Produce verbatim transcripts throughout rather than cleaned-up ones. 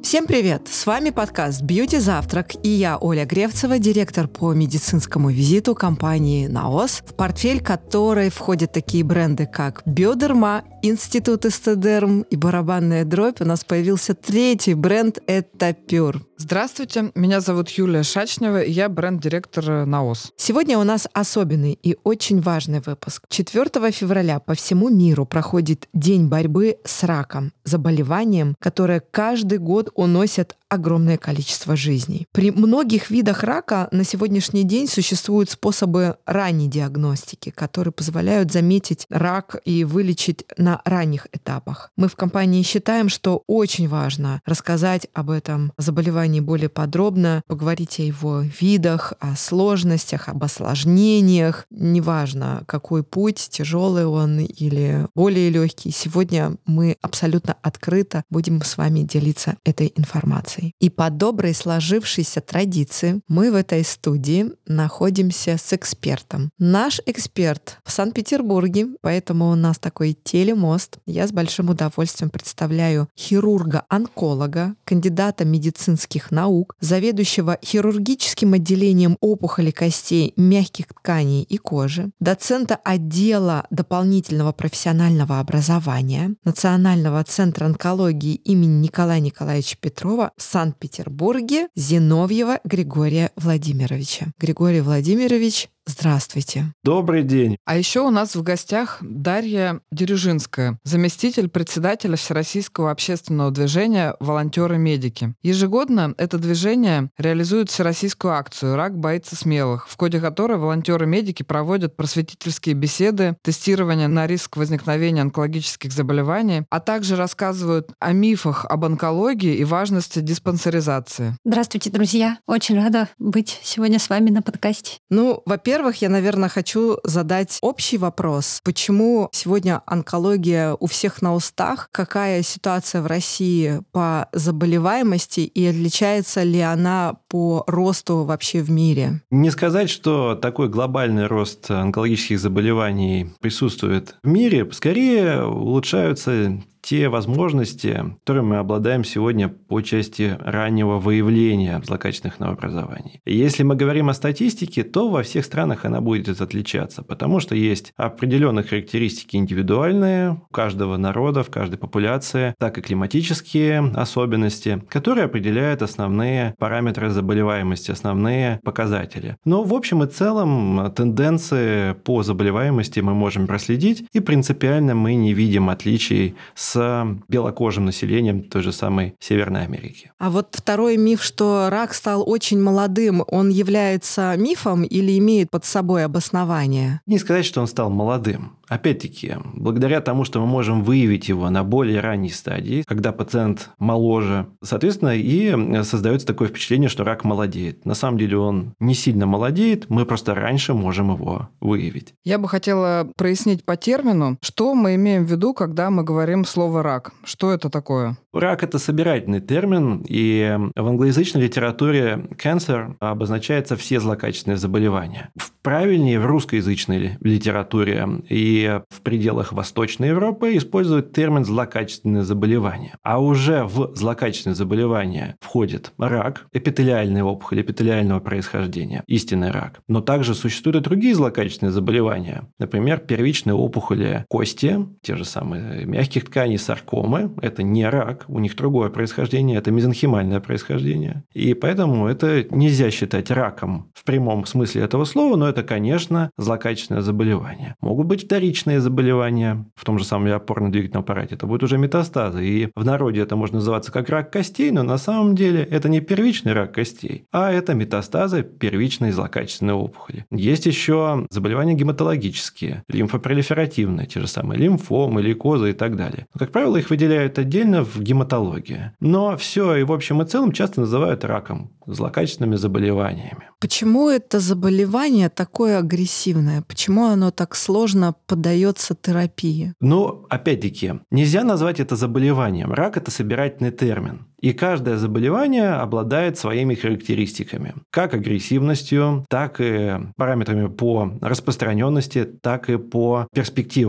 Всем привет! С вами подкаст «Бьюти Завтрак» и я, Оля Гревцева, директор по медицинскому визиту компании «Наос», в портфель которой входят такие бренды, как «Биодерма», Институт Эстедерм и барабанная дробь. У нас появился третий бренд – это «Пюр». Здравствуйте, меня зовут Юлия Шачнева, и я бренд-директор «Наос». Сегодня у нас особенный и очень важный выпуск. четвёртого февраля по всему миру проходит День борьбы с раком, заболеванием, которое каждый год уносит огромное количество жизней. При многих видах рака на сегодняшний день существуют способы ранней диагностики, которые позволяют заметить рак и вылечить на ранних этапах. Мы в компании считаем, что очень важно рассказать об этом заболевании более подробно, поговорить о его видах, о сложностях, об осложнениях. Неважно, какой путь, тяжелый он или более легкий. Сегодня мы абсолютно открыто будем с вами делиться этой информацией. И по доброй сложившейся традиции мы в этой студии находимся с экспертом. Наш эксперт в Санкт-Петербурге, поэтому у нас такой телемост. Я с большим удовольствием представляю хирурга-онколога, кандидата медицинских наук, заведующего хирургическим отделением опухоли костей, мягких тканей и кожи, доцента отдела дополнительного профессионального образования Национального центра онкологии имени Николая Николаевича Петрова в Санкт-Петербурге Зиновьева Григория Владимировича. Григорий Владимирович, здравствуйте. Добрый день. А еще у нас в гостях Дарья Дерюжинская, заместитель председателя Всероссийского общественного движения «Волонтеры-медики». Ежегодно это движение реализует всероссийскую акцию «Рак боится смелых», в ходе которой волонтеры-медики проводят просветительские беседы, тестирование на риск возникновения онкологических заболеваний, а также рассказывают о мифах об онкологии и важности диспансеризации. Здравствуйте, друзья. Очень рада быть сегодня с вами на подкасте. Ну, во-первых, Во-первых, я, наверное, хочу задать общий вопрос. Почему сегодня онкология у всех на устах? Какая ситуация в России по заболеваемости и отличается ли она по росту вообще в мире? Не сказать, что такой глобальный рост онкологических заболеваний присутствует в мире. Скорее, улучшаются те возможности, которыми мы обладаем сегодня по части раннего выявления злокачественных новообразований. Если мы говорим о статистике, то во всех странах она будет отличаться, потому что есть определенные характеристики индивидуальные у каждого народа, в каждой популяции, так и климатические особенности, которые определяют основные параметры заболеваемости, основные показатели. Но в общем и целом тенденции по заболеваемости мы можем проследить, и принципиально мы не видим отличий с белокожим населением той же самой Северной Америки. А вот второй миф, что рак стал очень молодым, он является мифом или имеет под собой обоснование? Не сказать, что он стал молодым. Опять-таки, благодаря тому, что мы можем выявить его на более ранней стадии, когда пациент моложе, соответственно, и создается такое впечатление, что рак молодеет. На самом деле он не сильно молодеет, мы просто раньше можем его выявить. Я бы хотела прояснить по термину, что мы имеем в виду, когда мы говорим слово «рак». Что это такое? Рак – это собирательный термин, и в англоязычной литературе cancer обозначается все злокачественные заболевания. В правильнее в русскоязычной литературе и в пределах Восточной Европы используют термин «злокачественные заболевания». А уже в злокачественные заболевания входит рак, эпителиальная опухоль эпителиального происхождения, истинный рак. Но также существуют и другие злокачественные заболевания. Например, первичные опухоли кости, те же самые мягких тканей, саркомы. Это не рак, у них другое происхождение, это мезенхимальное происхождение. И поэтому это нельзя считать раком в прямом смысле этого слова, но это, конечно, злокачественное заболевание. Могут быть вторичные заболевания в том же самом опорно-двигательном аппарате. Это будут уже метастазы. И в народе это можно называться как рак костей, но на самом деле это не первичный рак костей, а это метастазы первичной злокачественной опухоли. Есть еще заболевания гематологические, лимфопролиферативные, те же самые лимфомы, лейкозы и так далее. Но, как правило, их выделяют отдельно в гематологии. Но все и в общем и целом часто называют раком, злокачественными заболеваниями. Почему это заболевание такое агрессивное? Почему оно так сложно поддается терапии? Но, опять-таки, нельзя назвать это заболеванием. Рак – это собирательный термин. И каждое заболевание обладает своими характеристиками. Как агрессивностью, так и параметрами по распространенности, так и по перспективам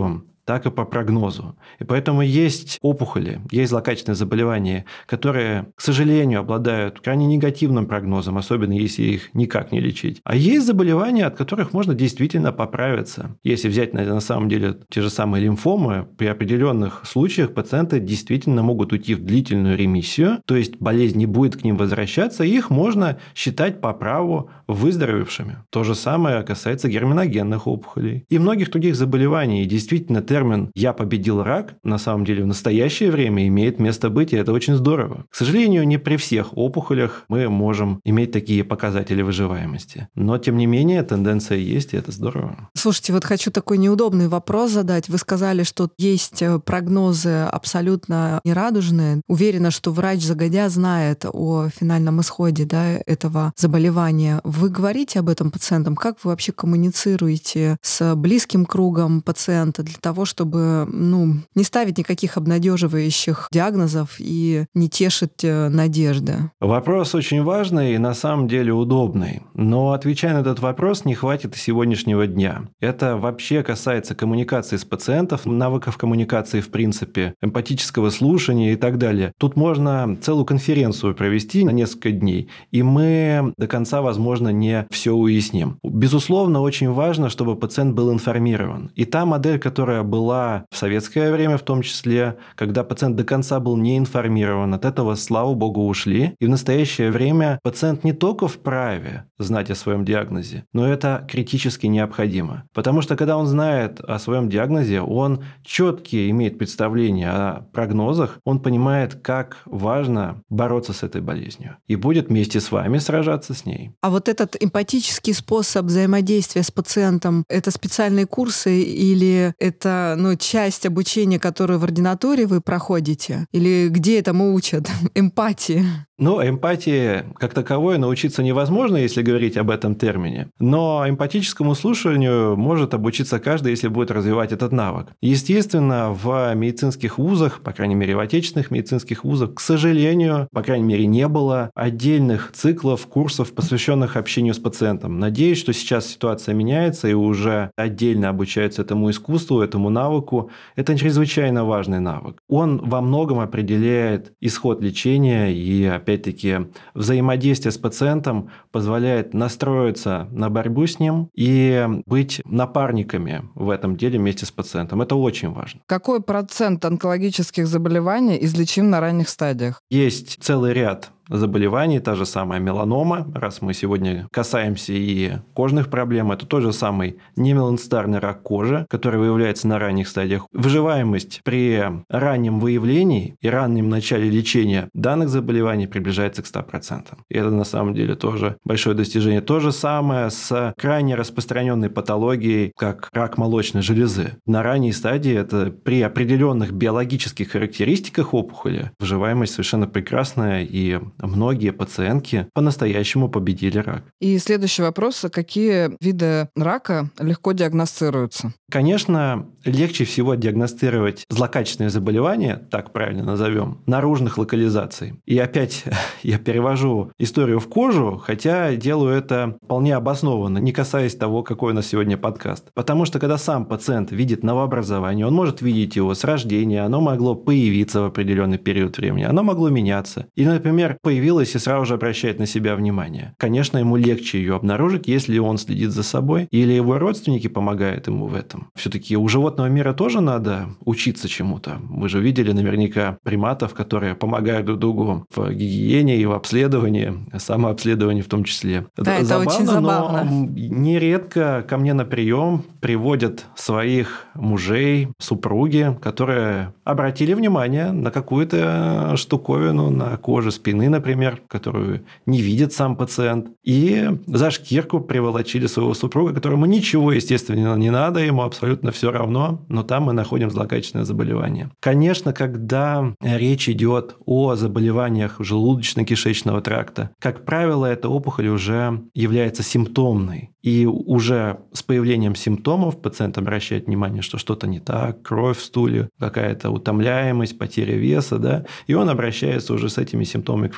так и по прогнозу. И поэтому есть опухоли, есть злокачественные заболевания, которые, к сожалению, обладают крайне негативным прогнозом, особенно если их никак не лечить. А есть заболевания, от которых можно действительно поправиться. Если взять на, на самом деле те же самые лимфомы, при определенных случаях пациенты действительно могут уйти в длительную ремиссию, то есть болезнь не будет к ним возвращаться, и их можно считать по праву выздоровевшими. То же самое касается герминогенных опухолей и многих других заболеваний. И действительно термин «я победил рак» на самом деле в настоящее время имеет место быть, и это очень здорово. К сожалению, не при всех опухолях мы можем иметь такие показатели выживаемости. Но, тем не менее, тенденция есть, и это здорово. Слушайте, вот хочу такой неудобный вопрос задать. Вы сказали, что есть прогнозы абсолютно нерадужные. Уверена, что врач загодя знает о финальном исходе, да, этого заболевания. Вы говорите об этом пациентам? Как вы вообще коммуницируете с близким кругом пациента для того, чтобы ну, не ставить никаких обнадеживающих диагнозов и не тешить надежды? Вопрос очень важный и на самом деле удобный. Но отвечая на этот вопрос, не хватит и сегодняшнего дня. Это вообще касается коммуникации с пациентом, навыков коммуникации в принципе, эмпатического слушания и так далее. Тут можно целую конференцию провести на несколько дней, и мы до конца, возможно, не все уясним. Безусловно, очень важно, чтобы пациент был информирован. И та модель, которая была в советское время в том числе, когда пациент до конца был не информирован, от этого, слава богу, ушли. И в настоящее время пациент не только вправе знать о своем диагнозе, но это критически необходимо. Потому что когда он знает о своем диагнозе, он четкие имеет представление о прогнозах, он понимает, как важно бороться с этой болезнью. И будет вместе с вами сражаться с ней. А вот этот эмпатический способ взаимодействия с пациентом, это специальные курсы или это ну, часть обучения, которую в ординатуре вы проходите? Или где этому учат? Эмпатии? Ну, эмпатии как таковой научиться невозможно, если говорить об этом термине. Но эмпатическому слушанию может обучиться каждый, если будет развивать этот навык. Естественно, в медицинских вузах, по крайней мере, в отечественных медицинских вузах, к сожалению, по крайней мере, не было отдельных циклов, курсов, посвященных общению с пациентом. Надеюсь, что сейчас ситуация меняется и уже отдельно обучаются этому искусству, этому навыку. Это чрезвычайно важный навык. Он во многом определяет исход лечения и, опять-таки, взаимодействие с пациентом позволяет настроиться на борьбу с ним и быть напарниками в этом деле вместе с пациентом. Это очень важно. Какой процент онкологических заболеваний излечим на ранних стадиях? Есть целый ряд заболеваний, та же самая меланома, раз мы сегодня касаемся и кожных проблем, это тот же самый немеланцитарный рак кожи, который выявляется на ранних стадиях. Выживаемость при раннем выявлении и раннем начале лечения данных заболеваний приближается к ста процентам. И это на самом деле тоже большое достижение. То же самое с крайне распространенной патологией, как рак молочной железы. На ранней стадии это при определенных биологических характеристиках опухоли выживаемость совершенно прекрасная, и многие пациентки по-настоящему победили рак. И следующий вопрос. Какие виды рака легко диагностируются? Конечно, легче всего диагностировать злокачественные заболевания, так правильно назовем, наружных локализаций. И опять я перевожу историю в кожу, хотя делаю это вполне обоснованно, не касаясь того, какой у нас сегодня подкаст. Потому что когда сам пациент видит новообразование, он может видеть его с рождения, оно могло появиться в определенный период времени, оно могло меняться. Или, например, появилась и сразу же обращает на себя внимание. Конечно, ему легче ее обнаружить, если он следит за собой, или его родственники помогают ему в этом. Все-таки у животного мира тоже надо учиться чему-то. Вы же видели наверняка приматов, которые помогают друг другу в гигиене и в обследовании, самообследовании в том числе. Да, это, это очень забавно. Но нередко ко мне на прием приводят своих мужей, супруги, которые обратили внимание на какую-то штуковину на коже спины, например, которую не видит сам пациент, и за шкирку приволочили своего супруга, которому ничего, естественно, не надо, ему абсолютно все равно, но там мы находим злокачественное заболевание. Конечно, когда речь идет о заболеваниях желудочно-кишечного тракта, как правило, эта опухоль уже является симптомной. И уже с появлением симптомов пациент обращает внимание, что что-то не так, кровь в стуле, какая-то утомляемость, потеря веса, да, и он обращается уже с этими симптомами к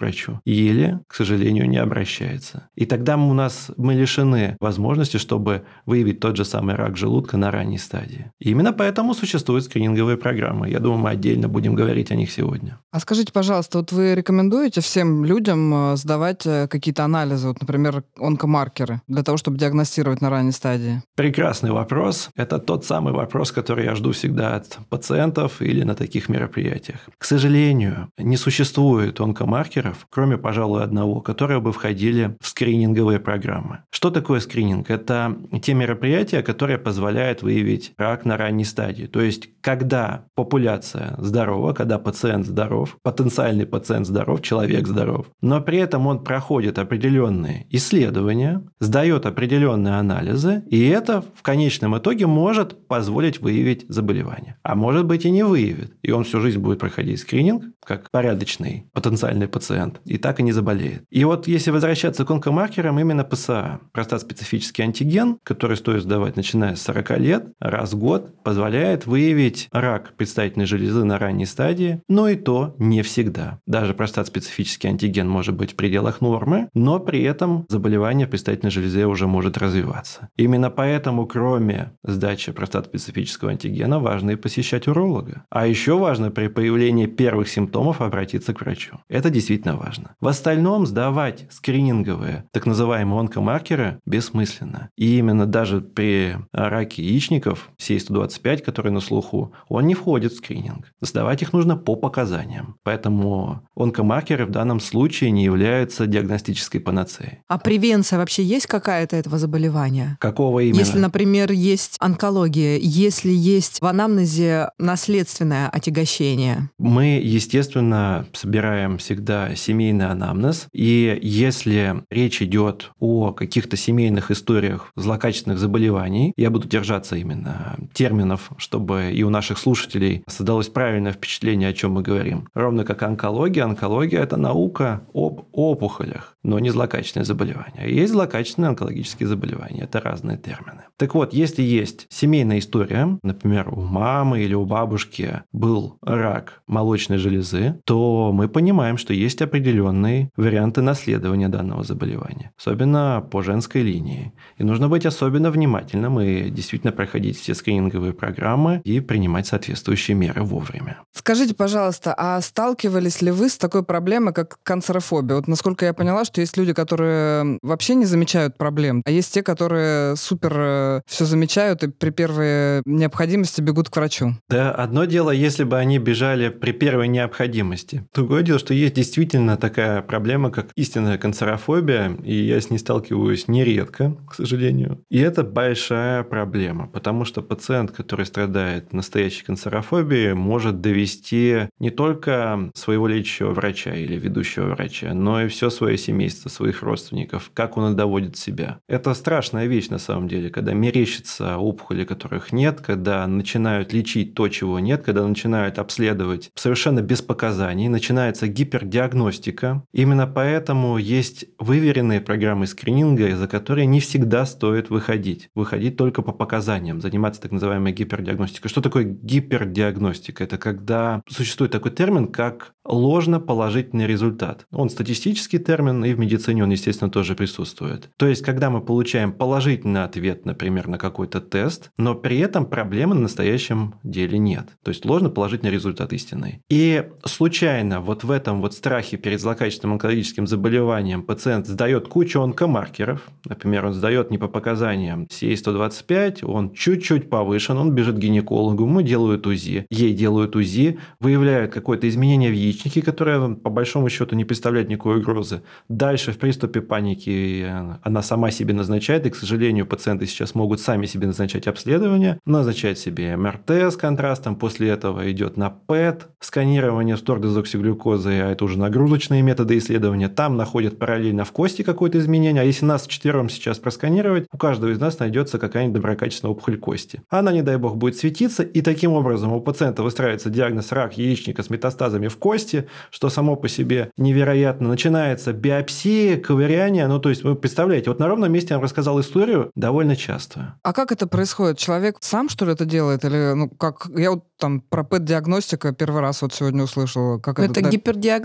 к врачу. Или, к сожалению, не обращается. И тогда у нас мы лишены возможности, чтобы выявить тот же самый рак желудка на ранней стадии. И именно поэтому существуют скрининговые программы. Я думаю, мы отдельно будем говорить о них сегодня. А скажите, пожалуйста, вот вы рекомендуете всем людям сдавать какие-то анализы, вот, например, онкомаркеры, для того, чтобы диагностировать на ранней стадии? Прекрасный вопрос. Это тот самый вопрос, который я жду всегда от пациентов или на таких мероприятиях. К сожалению, не существует онкомаркеров, кроме, пожалуй, одного, которые бы входили в скрининговые программы. Что такое скрининг? Это те мероприятия, которые позволяют выявить рак на ранней стадии. То есть, когда популяция здорова, когда пациент здоров, потенциальный пациент здоров, человек здоров, но при этом он проходит определенные исследования, сдает определенные анализы, и это в конечном итоге может позволить выявить заболевание. А может быть и не выявит. И он всю жизнь будет проходить скрининг, как порядочный потенциальный пациент, и так и не заболеет. И вот если возвращаться к онкомаркерам, именно ПСА, простат-специфический антиген, который стоит сдавать начиная с сорока лет, раз в год, позволяет выявить рак предстательной железы на ранней стадии, но и то не всегда. Даже простат-специфический антиген может быть в пределах нормы, но при этом заболевание в предстательной железе уже может развиваться. Именно поэтому, кроме сдачи простат-специфического антигена, важно и посещать уролога. А еще важно при появлении первых симптомов обратиться к врачу. Это действительно важно. В остальном сдавать скрининговые, так называемые онкомаркеры, бессмысленно. И именно даже при раке яичников, сей сто двадцать пять, который на слуху, он не входит в скрининг. Сдавать их нужно по показаниям. Поэтому онкомаркеры в данном случае не являются диагностической панацеей. А превенция вообще есть какая-то этого заболевания? Какого именно? Если, например, есть онкология, если есть в анамнезе наследственное отягощение? Мы, естественно, собираем всегда семейный анамнез. И если речь идет о каких-то семейных историях злокачественных заболеваний, я буду держаться именно терминов, чтобы и у наших слушателей создалось правильное впечатление, о чем мы говорим. Ровно как онкология. Онкология – это наука об опухолях, но не злокачественные заболевания. Есть злокачественные онкологические заболевания. Это разные термины. Так вот, если есть семейная история, например, у мамы или у бабушки был рак молочной железы, то мы понимаем, что есть определенные варианты наследования данного заболевания, особенно по женской линии. И нужно быть особенно внимательным и действительно проходить все скрининговые программы и принимать соответствующие меры вовремя. Скажите, пожалуйста, а сталкивались ли вы с такой проблемой, как канцерофобия? Вот насколько я поняла, что есть люди, которые вообще не замечают проблем, а есть те, которые супер все замечают и при первой необходимости бегут к врачу. Да, одно дело, если бы они бежали при первой необходимости. Другое дело, что есть действительно такая проблема, как истинная канцерофобия, и я с ней сталкиваюсь нередко, к сожалению. И это большая проблема, потому что пациент, который страдает настоящей канцерофобией, может довести не только своего лечащего врача или ведущего врача, но и все свое семейство, своих родственников, как он и доводит себя. Это страшная вещь на самом деле, когда мерещатся опухоли, которых нет, когда начинают лечить то, чего нет, когда начинают обследовать совершенно без показаний, начинается гипердиагностика. Именно поэтому есть выверенные программы скрининга, за которые не всегда стоит выходить. Выходить только по показаниям, заниматься так называемой гипердиагностикой. Что такое гипердиагностика? Это когда существует такой термин, как ложноположительный результат. Он статистический термин, и в медицине он, естественно, тоже присутствует. То есть, когда мы получаем положительный ответ, например, на какой-то тест, но при этом проблемы на настоящем деле нет. То есть, ложноположительный результат истинный. И случайно вот в этом вот страхе перед злокачественным онкологическим заболеванием пациент сдает кучу онкомаркеров. Например, он сдает не по показаниям сей сто двадцать пять, он чуть-чуть повышен, он бежит к гинекологу, ему делают УЗИ, ей делают УЗИ, выявляют какое-то изменение в яичнике, которое по большому счету не представляет никакой угрозы. Дальше в приступе паники она сама себе назначает, и, к сожалению, пациенты сейчас могут сами себе назначать обследование, назначать себе эм эр тэ с контрастом, после этого идет на ПЭТ, сканирование стор-дезоксиглюкозы, а это уже нагрузочные методы исследования, там находят параллельно в кости какое-то изменение, а если нас вчетвером сейчас просканировать, у каждого из нас найдется какая-нибудь доброкачественная опухоль кости. Она, не дай бог, будет светиться, и таким образом у пациента выстраивается диагноз рак яичника с метастазами в кости, что само по себе невероятно. Начинается биопсия, ковыряние, ну то есть вы представляете, вот на ровном месте я вам рассказал историю довольно часто. А как это происходит? Человек сам, что ли, это делает? Или, ну, как, я вот там про ПЭТ-диагностика первый раз вот сегодня услышала. Как это это гипердиагностика,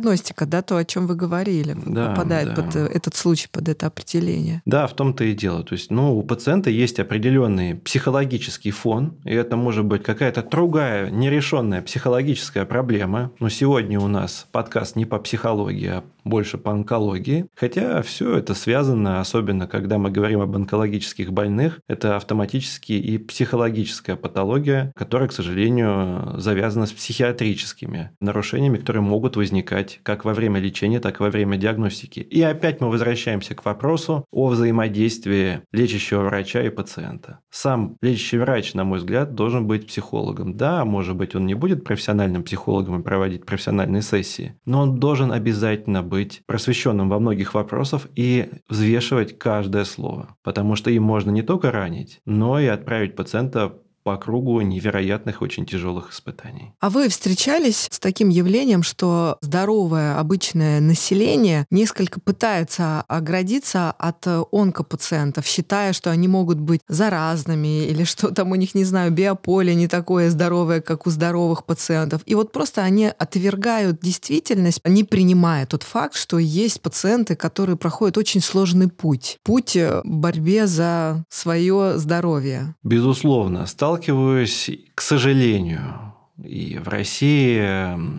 редко, да, то, о чем вы говорили, да, попадает да. под этот случай, под это определение. Да, в том-то и дело. То есть, ну, у пациента есть определенный психологический фон, и это может быть какая-то другая нерешенная психологическая проблема. Но сегодня у нас подкаст не по психологии, а больше по онкологии. Хотя все это связано, особенно когда мы говорим об онкологических больных, это автоматически и психологическая патология, которая, к сожалению, завязана с психиатрическими нарушениями, которые могут возникать как во время лечения, так и во время диагностики. И опять мы возвращаемся к вопросу о взаимодействии лечащего врача и пациента. Сам лечащий врач, на мой взгляд, должен быть психологом. Да, может быть, он не будет профессиональным психологом и проводить профессиональные сессии, но он должен обязательно быть просвещенным во многих вопросах и взвешивать каждое слово, потому что им можно не только ранить, но и отправить пациента по кругу невероятных, очень тяжелых испытаний. А вы встречались с таким явлением, что здоровое обычное население несколько пытается оградиться от онкопациентов, считая, что они могут быть заразными или что там у них, не знаю, биополе не такое здоровое, как у здоровых пациентов. И вот просто они отвергают действительность, не принимая тот факт, что есть пациенты, которые проходят очень сложный путь. Путь в борьбе за свое здоровье. Безусловно, стал Сталкиваюсь, к сожалению, и в России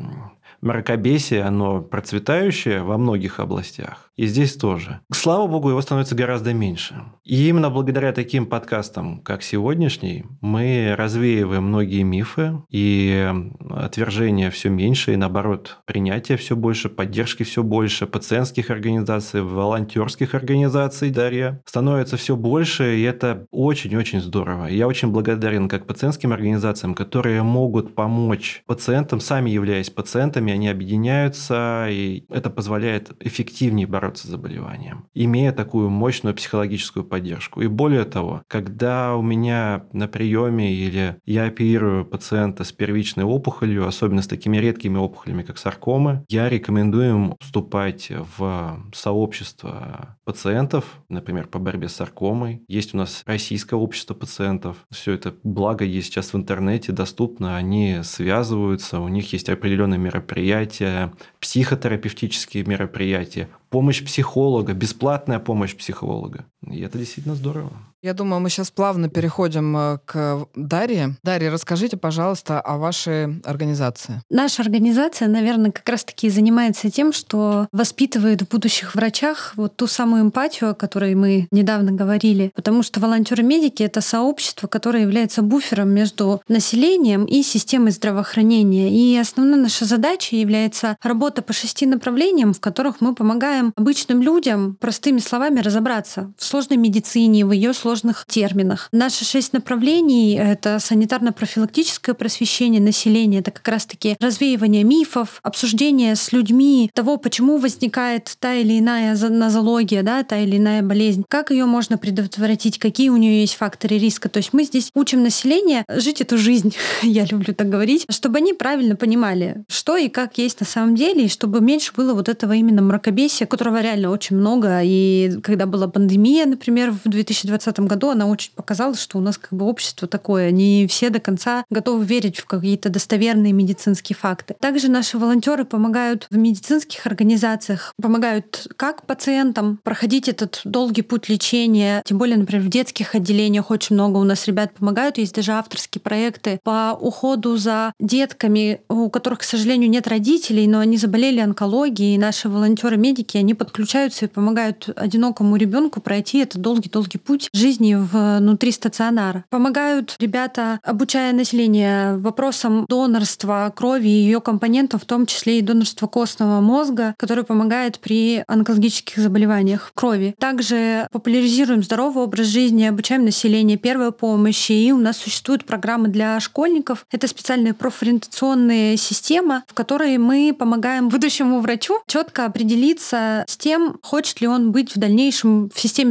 мракобесие, оно процветающее во многих областях. И здесь тоже. Слава богу, его становится гораздо меньше. И именно благодаря таким подкастам, как сегодняшний, мы развеиваем многие мифы, и отвержение все меньше, и наоборот, принятие все больше, поддержки все больше, пациентских организаций, волонтерских организаций, Дарья, становится все больше, и это очень-очень здорово. Я очень благодарен как пациентским организациям, которые могут помочь пациентам, сами являясь пациентами, они объединяются, и это позволяет эффективнее бороться с заболеванием, имея такую мощную психологическую поддержку. И более того, когда у меня на приеме или я оперирую пациента с первичной опухолью, особенно с такими редкими опухолями, как саркомы, я рекомендую им вступать в сообщество пациентов, например, по борьбе с саркомой. Есть у нас российское общество пациентов. Все это благо есть сейчас в интернете, доступно, они связываются, у них есть определенные мероприятия, психотерапевтические мероприятия, помощь психолога, бесплатная помощь психолога. И это действительно здорово. Я думаю, мы сейчас плавно переходим к Дарье. Дарья, расскажите, пожалуйста, о вашей организации. Наша организация, наверное, как раз-таки занимается тем, что воспитывает в будущих врачах вот ту самую эмпатию, о которой мы недавно говорили. Потому что волонтеры-медики — это сообщество, которое является буфером между населением и системой здравоохранения. И основной нашей задачей является работа по шести направлениям, в которых мы помогаем обычным людям, простыми словами, разобраться в сложной медицине, в ее сложных терминах. Наши шесть направлений — это санитарно-профилактическое просвещение населения, это как раз-таки развеивание мифов, обсуждение с людьми того, почему возникает та или иная нозология, да, та или иная болезнь, как ее можно предотвратить, какие у нее есть факторы риска. То есть мы здесь учим население жить эту жизнь, я люблю так говорить, чтобы они правильно понимали, что и как есть на самом деле, и чтобы меньше было вот этого именно мракобесия, которого реально очень много. И когда была пандемия, например, в две тысячи двадцатом году, она очень показала, что у нас как бы общество такое, не все до конца готовы верить в какие-то достоверные медицинские факты. Также наши волонтеры помогают в медицинских организациях, помогают как пациентам проходить этот долгий путь лечения, тем более, например, в детских отделениях очень много у нас ребят помогают, есть даже авторские проекты по уходу за детками, у которых, к сожалению, нет родителей, но они заболели онкологией, и наши волонтеры-медики, они подключаются и помогают одинокому ребенку пройти этот долгий-долгий путь жизни внутри стационара. Помогают ребята, обучая население вопросам донорства крови и ее компонентов, в том числе и донорства костного мозга, который помогает при онкологических заболеваниях крови. Также популяризируем здоровый образ жизни, обучаем население первой помощи, и у нас существуют программы для школьников. Это специальная профориентационная система, в которой мы помогаем будущему врачу четко определиться с тем, хочет ли он быть в дальнейшем в системе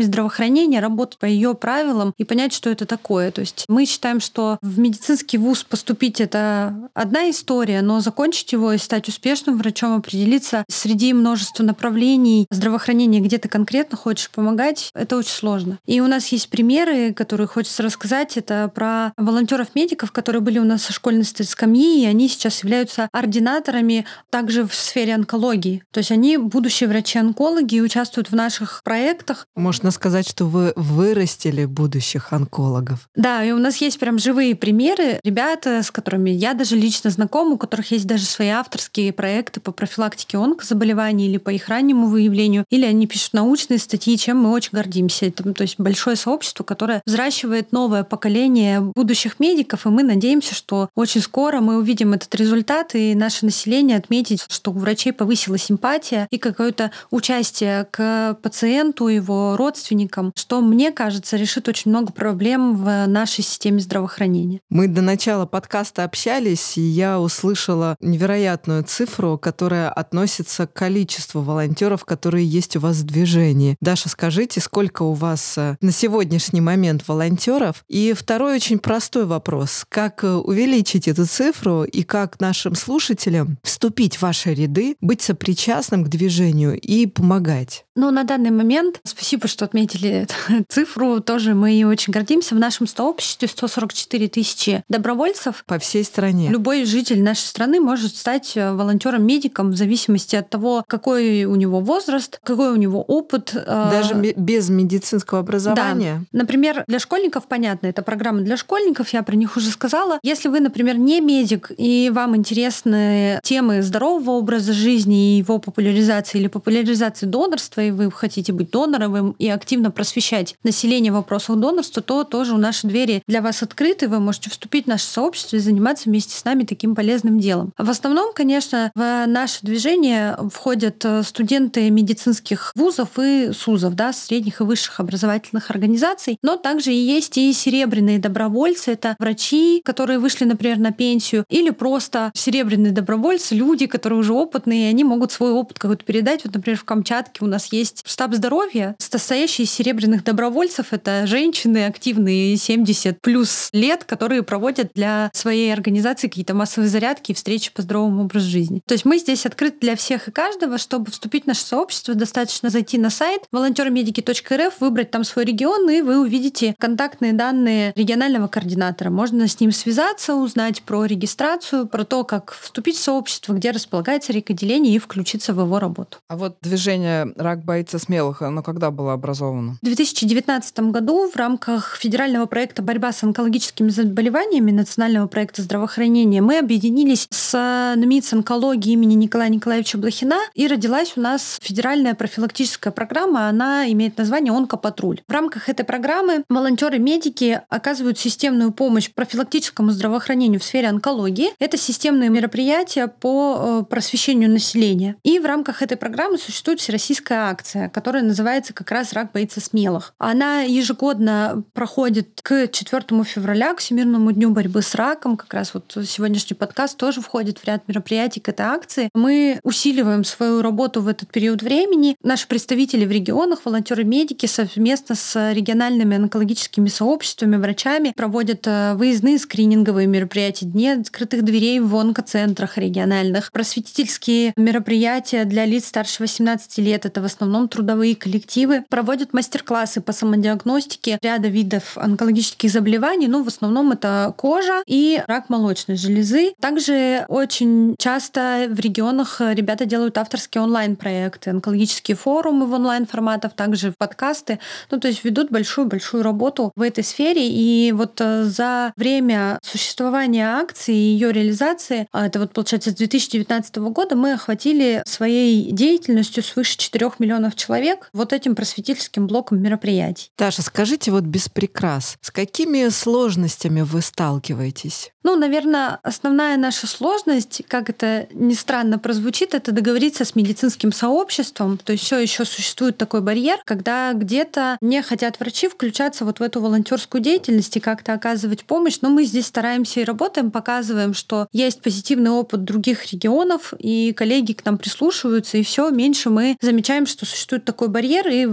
здравоохранения, работать по ее правилам и понять, что это такое. То есть мы считаем, что в медицинский вуз поступить — это одна история, но закончить его и стать успешным врачом, определиться среди множества направлений здравоохранения, где ты конкретно хочешь помогать, это очень сложно. И у нас есть примеры, которые хочется рассказать. Это про волонтеров-медиков, которые были у нас со школьной скамьи, и они сейчас являются ординаторами также в сфере онкологии. То есть они будущие врачи-онкологи и участвуют в наших проектах. Можно сказать, что вы вырастили будущих онкологов. Да, и у нас есть прям живые примеры. Ребята, с которыми я даже лично знакома, у которых есть даже свои авторские проекты по профилактике онкозаболеваний или по их раннему выявлению, или они пишут научные статьи, чем мы очень гордимся. Это, то есть большое сообщество, которое взращивает новое поколение будущих медиков, и мы надеемся, что очень скоро мы увидим этот результат, и наше население отметит, что у врачей повысилась симпатия и какое-то участие к пациенту, его родственникам, что, мне кажется, решит очень много проблем в нашей системе здравоохранения. Мы до начала подкаста общались, и я услышала невероятную цифру, которая относится к количеству волонтеров, которые есть у вас в движении. Даша, скажите, сколько у вас на сегодняшний момент волонтеров? И второй очень простой вопрос. Как увеличить эту цифру и как нашим слушателям вступить в ваши ряды, быть сопричастным к движению и помогать? Ну, на данный момент, спасибо, что отметили эту цифру, тоже мы и очень гордимся. В нашем сообществе сто сорок четыре тысячи добровольцев. По всей стране. Любой житель нашей страны может стать волонтером-медиком в зависимости от того, какой у него возраст, какой у него опыт. Даже без медицинского образования? Да. Например, для школьников, понятно, это программа для школьников, я про них уже сказала. Если вы, например, не медик, и вам интересны темы здорового образа жизни и его популяризации или популяризации донорства, и вы хотите быть донором и активно просвещать население в вопросах донорства, то тоже у наши двери для вас открыты, вы можете вступить в наше сообщество и заниматься вместе с нами таким полезным делом. В основном, конечно, в наше движение входят студенты медицинских вузов и СУЗов, да, средних и высших образовательных организаций, но также и есть и серебряные добровольцы, это врачи, которые вышли, например, на пенсию, или просто серебряные добровольцы, люди, которые уже опытные, и они могут свой опыт какой-то передать. Вот, например, в Камчатке у нас есть штаб здоровья, состоящий из серебряных добровольцев. Это женщины активные, семьдесят плюс лет, которые проводят для своей организации какие-то массовые зарядки и встречи по здоровому образу жизни. То есть мы здесь открыты для всех и каждого. Чтобы вступить в наше сообщество, достаточно зайти на сайт волонтермедики точка эр эф, выбрать там свой регион, и вы увидите контактные данные регионального координатора. Можно с ним связаться, узнать про регистрацию, про то, как вступить в сообщество, где располагается рекоотделение, и включиться в его работу. А вот движение «Рак боится смелых», оно когда было образовано? В две тысячи девятнадцатом году в рамках федерального проекта «Борьба с онкологическими заболеваниями» национального проекта здравоохранения мы объединились с НМИЦ онкологии имени Николая Николаевича Блохина, и родилась у нас федеральная профилактическая программа. Она имеет название «Онкопатруль». В рамках этой программы волонтеры-медики оказывают системную помощь профилактическому здравоохранению в сфере онкологии. Это системные мероприятия по просвещению населения. И в рамках этой программы существует всероссийская акция, которая называется как раз «Рак боится смелых». Она ежегодно проходит к четвёртому февраля, к Всемирному дню борьбы с раком. Как раз вот сегодняшний подкаст тоже входит в ряд мероприятий к этой акции. Мы усиливаем свою работу в этот период времени. Наши представители в регионах, волонтеры-медики совместно с региональными онкологическими сообществами, врачами проводят выездные скрининговые мероприятия, дни открытых дверей в онкоцентрах региональных, просветительские мероприятия для лиц старше восемнадцати лет, это в основном трудовые коллективы, проводят мастер-классы по самодиагностике ряда видов онкологических заболеваний, ну, в основном это кожа и рак молочной железы. Также очень часто в регионах ребята делают авторские онлайн-проекты, онкологические форумы в онлайн-форматах, также подкасты, ну, то есть ведут большую-большую работу в этой сфере. И вот за время существования акции и ее реализации, это вот получается с две тысячи девятнадцатого года, мы охватили своей деятельностью свыше четырёх миллионов человек вот этим просветительским блоком мероприятий. Даша, скажите вот без прикрас, с какими сложностями вы сталкиваетесь? Ну, наверное, основная наша сложность, как это ни странно прозвучит, это договориться с медицинским сообществом. То есть все еще существует такой барьер, когда где-то не хотят врачи включаться вот в эту волонтерскую деятельность и как-то оказывать помощь. Но мы здесь стараемся и работаем, показываем, что есть позитивный опыт других регионов, и коллеги к нам прислушиваются, и все меньше мы замечаем, что существует такой барьер, и врачи-онкологи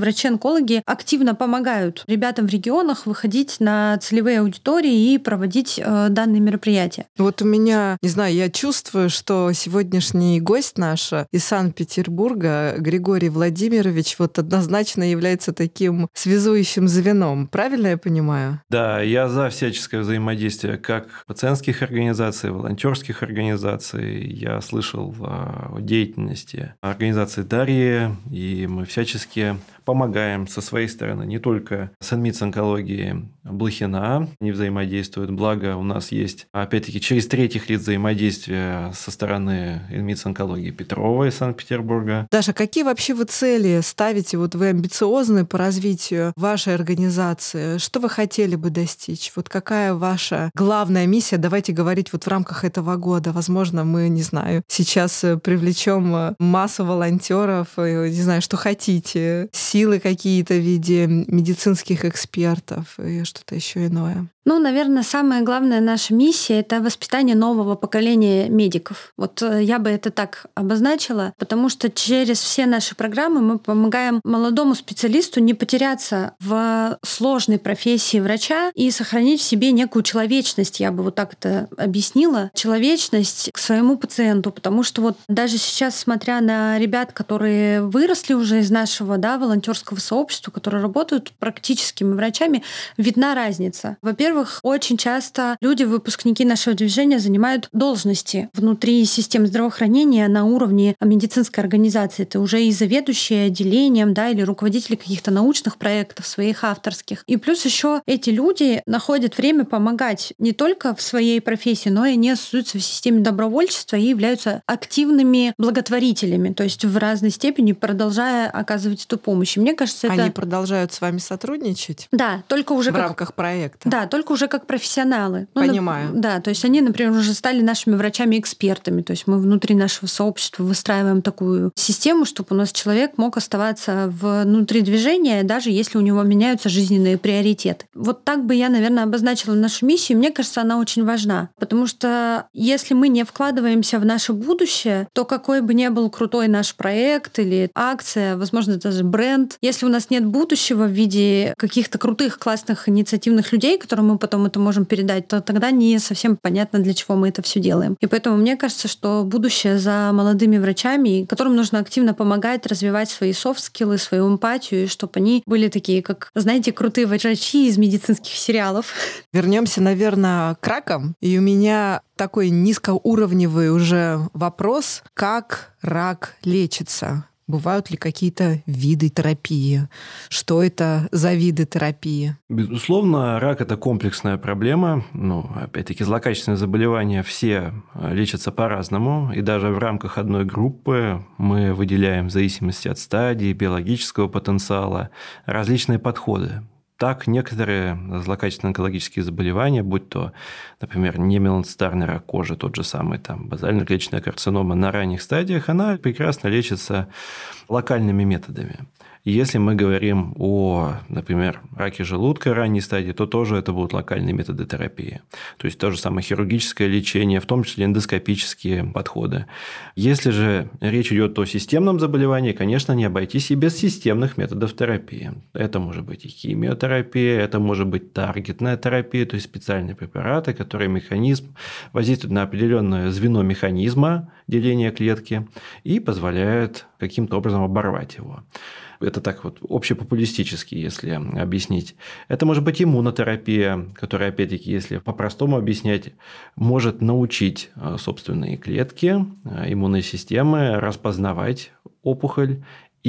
онкологи активно помогают ребятам в регионах выходить на целевые аудитории и проводить э, данные мероприятия. Вот у меня, не знаю, я чувствую, что сегодняшний гость наш из Санкт-Петербурга, Григорий Владимирович, вот однозначно является таким связующим звеном. Правильно я понимаю? Да, я за всяческое взаимодействие как пациентских организаций, волонтерских организаций. Я слышал о деятельности организации Дарьи, и мы всячески помогаем со своей стороны не только с онкологией Блохина, не взаимодействуют, благо у нас есть, опять-таки, через третьих лиц взаимодействия со стороны онкологии Петрова из Санкт-Петербурга. Даша, какие вообще вы цели ставите? Вот вы амбициозны по развитию вашей организации. Что вы хотели бы достичь? Вот какая ваша главная миссия? Давайте говорить вот в рамках этого года. Возможно, мы, не знаю, сейчас привлечем массу волонтеров, не знаю, что хотите, силы какие-то в виде медицинских экспертов и что-то еще иное. Ну, наверное, самая главная наша миссия — это воспитание нового поколения медиков. Вот я бы это так обозначила, потому что через все наши программы мы помогаем молодому специалисту не потеряться в сложной профессии врача и сохранить в себе некую человечность, я бы вот так это объяснила, человечность к своему пациенту, потому что вот даже сейчас, смотря на ребят, которые выросли уже из нашего, да, волонтерского сообщества, которые работают практическими врачами, видна разница. Во-первых, Во-первых, очень часто люди, выпускники нашего движения, занимают должности внутри системы здравоохранения на уровне медицинской организации. Это уже и заведующие отделением, да, или руководители каких-то научных проектов своих авторских. И плюс еще эти люди находят время помогать не только в своей профессии, но и они остаются в системе добровольчества и являются активными благотворителями, то есть в разной степени продолжая оказывать эту помощь. И мне кажется, это... Они продолжают с вами сотрудничать? Да, только уже в как... рамках проекта. Да, только уже как профессионалы. Ну, Понимаю. На... Да, то есть они, например, уже стали нашими врачами-экспертами. То есть мы внутри нашего сообщества выстраиваем такую систему, чтобы у нас человек мог оставаться внутри движения, даже если у него меняются жизненные приоритеты. Вот так бы я, наверное, обозначила нашу миссию. Мне кажется, она очень важна. Потому что если мы не вкладываемся в наше будущее, то какой бы ни был крутой наш проект или акция, возможно, даже бренд, если у нас нет будущего в виде каких-то крутых, классных, инициативных людей, которым мы потом это можем передать, то тогда не совсем понятно, для чего мы это все делаем. И поэтому мне кажется, что будущее за молодыми врачами, которым нужно активно помогать развивать свои софт-скиллы, свою эмпатию, и чтобы они были такие, как, знаете, крутые врачи из медицинских сериалов. Вернемся, наверное, к ракам. И у меня такой низкоуровневый уже вопрос, как рак лечится? Бывают ли какие-то виды терапии? Что это за виды терапии? Безусловно, рак – это комплексная проблема. Ну, опять-таки, злокачественные заболевания все лечатся по-разному. И даже в рамках одной группы мы выделяем в зависимости от стадии, биологического потенциала различные подходы. Так, некоторые злокачественные онкологические заболевания, будь то, например, немеланоцитарный рак кожи, тот же самый там, базально-клеточная карцинома на ранних стадиях, она прекрасно лечится локальными методами. Если мы говорим о, например, раке желудка ранней стадии, то тоже это будут локальные методы терапии. То есть то же самое хирургическое лечение, в том числе эндоскопические подходы. Если же речь идет о системном заболевании, конечно, не обойтись и без системных методов терапии. Это может быть и химиотерапия, это может быть таргетная терапия, то есть специальные препараты, которые механизм воздействуют на определенное звено механизма деления клетки и позволяют каким-то образом оборвать его. Это так вот общепопулистически, если объяснить. Это может быть иммунотерапия, которая, опять-таки, если по-простому объяснять, может научить собственные клетки, иммунной системы распознавать опухоль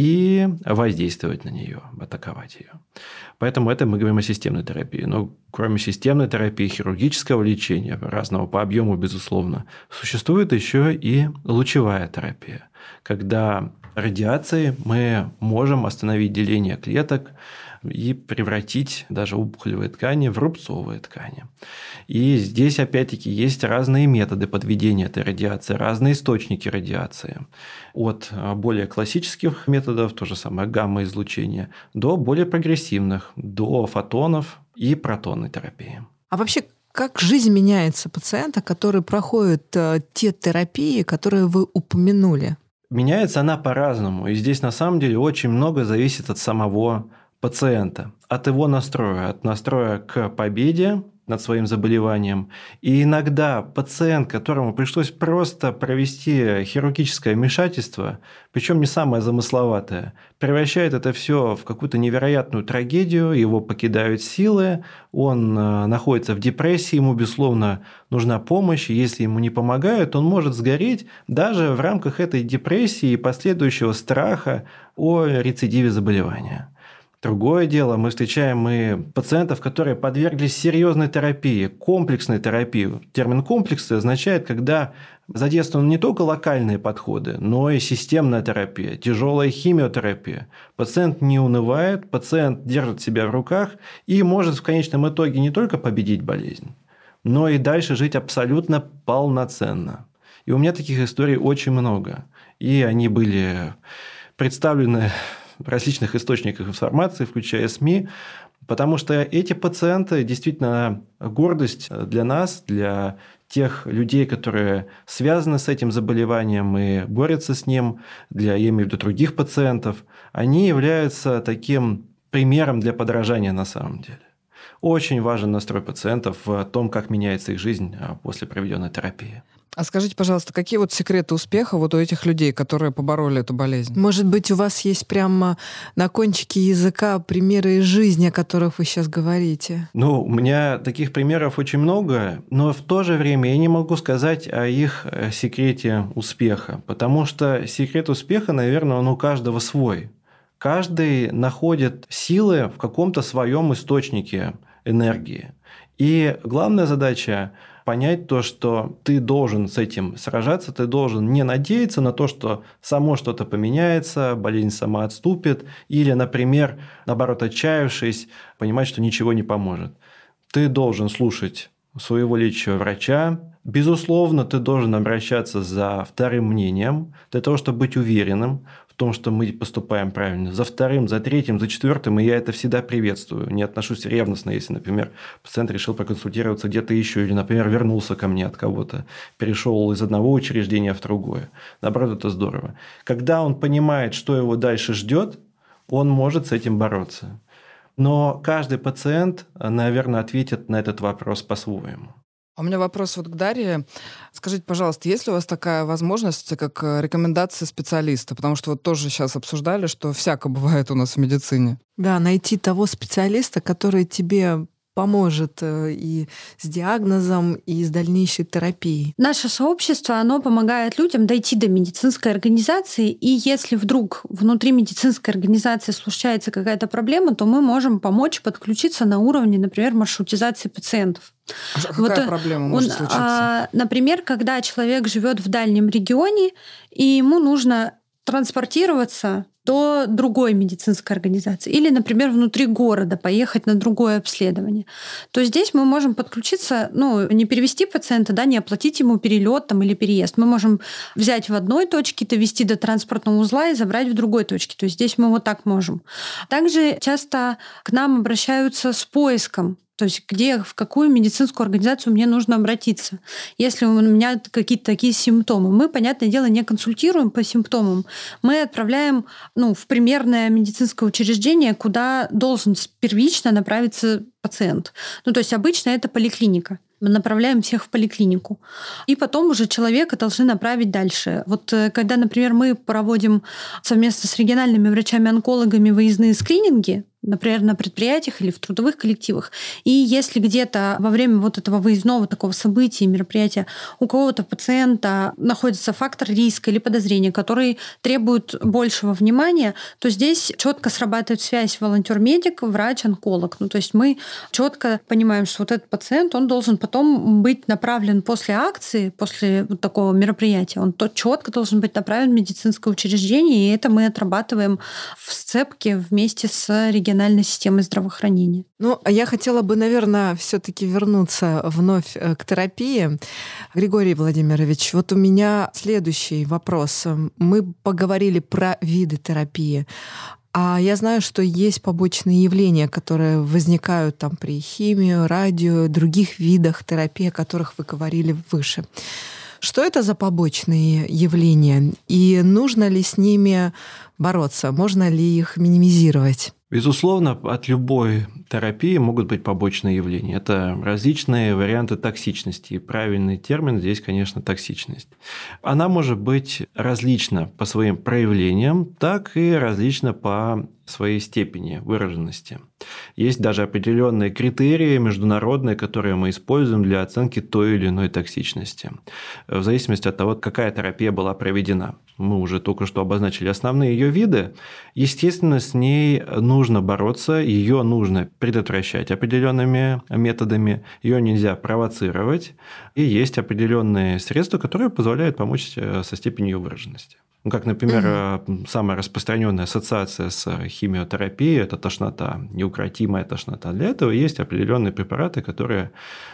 и воздействовать на нее, атаковать ее. Поэтому это мы говорим о системной терапии. Но кроме системной терапии, хирургического лечения, разного по объему, безусловно, существует еще и лучевая терапия, когда радиацией мы можем остановить деление клеток и превратить даже опухолевые ткани в рубцовые ткани. И здесь, опять-таки, есть разные методы подведения этой радиации, разные источники радиации. От более классических методов, то же самое гамма-излучение, до более прогрессивных, до фотонов и протонной терапии. А вообще, как жизнь меняется пациента, который проходит те терапии, которые вы упомянули? Меняется она по-разному. И здесь, на самом деле, очень много зависит от самого пациента от его настроя, от настроя к победе над своим заболеванием. И иногда пациент, которому пришлось просто провести хирургическое вмешательство, причем не самое замысловатое, превращает это все в какую-то невероятную трагедию, его покидают силы, он находится в депрессии, ему, безусловно, нужна помощь, и если ему не помогают, он может сгореть даже в рамках этой депрессии и последующего страха о рецидиве заболевания. Другое дело, мы встречаем и пациентов, которые подверглись серьезной терапии, комплексной терапии. Термин «комплексный» означает, когда задействованы не только локальные подходы, но и системная терапия, тяжелая химиотерапия. Пациент не унывает, пациент держит себя в руках и может в конечном итоге не только победить болезнь, но и дальше жить абсолютно полноценно. И у меня таких историй очень много. И они были представлены в различных источниках информации, включая СМИ, потому что эти пациенты действительно гордость для нас, для тех людей, которые связаны с этим заболеванием и борются с ним, для, я имею в виду, других пациентов, они являются таким примером для подражания на самом деле. Очень важен настрой пациентов в том, как меняется их жизнь после проведенной терапии. А скажите, пожалуйста, какие вот секреты успеха вот у этих людей, которые побороли эту болезнь? Может быть, у вас есть прямо на кончике языка примеры из жизни, о которых вы сейчас говорите? Ну, у меня таких примеров очень много, но в то же время я не могу сказать о их секрете успеха, потому что секрет успеха, наверное, он у каждого свой. Каждый находит силы в каком-то своем источнике энергии. И главная задача – понять то, что ты должен с этим сражаться, ты должен не надеяться на то, что само что-то поменяется, болезнь сама отступит, или, например, наоборот, отчаявшись, понимать, что ничего не поможет. Ты должен слушать своего лечащего врача. Безусловно, ты должен обращаться за вторым мнением, для того, чтобы быть уверенным в том, что мы поступаем правильно. За вторым, за третьим, за четвертым, и я это всегда приветствую. Не отношусь ревностно, если, например, пациент решил проконсультироваться где-то еще, или, например, вернулся ко мне от кого-то, перешел из одного учреждения в другое. Наоборот, это здорово. Когда он понимает, что его дальше ждет, он может с этим бороться. Но каждый пациент, наверное, ответит на этот вопрос по-своему. У меня вопрос вот к Дарье. Скажите, пожалуйста, есть ли у вас такая возможность, как рекомендация специалиста? Потому что вот тоже сейчас обсуждали, что всяко бывает у нас в медицине. Да, найти того специалиста, который тебе поможет и с диагнозом, и с дальнейшей терапией. Наше сообщество, оно помогает людям дойти до медицинской организации, и если вдруг внутри медицинской организации случается какая-то проблема, то мы можем помочь подключиться на уровне, например, маршрутизации пациентов. А какая вот проблема может он, случиться? А, например, когда человек живет в дальнем регионе, и ему нужно транспортироваться до другой медицинской организации. Или, например, внутри города поехать на другое обследование. То здесь мы можем подключиться, ну, не перевести пациента, да, не оплатить ему перелет там, или переезд. Мы можем взять в одной точке, довести до транспортного узла и забрать в другой точке. То есть здесь мы вот так можем. Также часто к нам обращаются с поиском. То есть где, в какую медицинскую организацию мне нужно обратиться. Если у меня какие-то такие симптомы, мы, понятное дело, не консультируем по симптомам. Мы отправляем ну, в примерное медицинское учреждение, куда должен первично направиться пациент. Ну, то есть обычно это поликлиника. Мы направляем всех в поликлинику. И потом уже человека должны направить дальше. Вот когда, например, мы проводим совместно с региональными врачами-онкологами выездные скрининги, например, на предприятиях или в трудовых коллективах. И если где-то во время вот этого выездного такого события, мероприятия у кого-то пациента находится фактор риска или подозрения, который требует большего внимания, то здесь четко срабатывает связь волонтер-медик, врач-онколог. Ну, то есть мы четко понимаем, что вот этот пациент, он должен потом быть направлен после акции, после вот такого мероприятия, он то четко должен быть направлен в медицинское учреждение, и это мы отрабатываем в сцепке вместе с региональной системой здравоохранения. Ну, а я хотела бы, наверное, все-таки вернуться вновь к терапии. Григорий Владимирович, вот у меня следующий вопрос. Мы поговорили про виды терапии. А я знаю, что есть побочные явления, которые возникают там при химии, радио, других видах терапии, о которых вы говорили выше. Что это за побочные явления? И нужно ли с ними бороться? Можно ли их минимизировать? Безусловно, от любой терапии могут быть побочные явления. Это различные варианты токсичности. И правильный термин здесь, конечно, токсичность. Она может быть различна по своим проявлениям, так и различна по своей степени выраженности. Есть даже определенные критерии международные, которые мы используем для оценки той или иной токсичности, в зависимости от того, какая терапия была проведена. Мы уже только что обозначили основные ее виды. Естественно, с ней нужно бороться, ее нужно предотвращать определенными методами, ее нельзя провоцировать, и есть определенные средства, которые позволяют помочь со степенью ее выраженности. Ну, как, например, угу. самая распространенная ассоциация с химиотерапией – это тошнота, неукротимая тошнота. Для этого есть определенные препараты, которые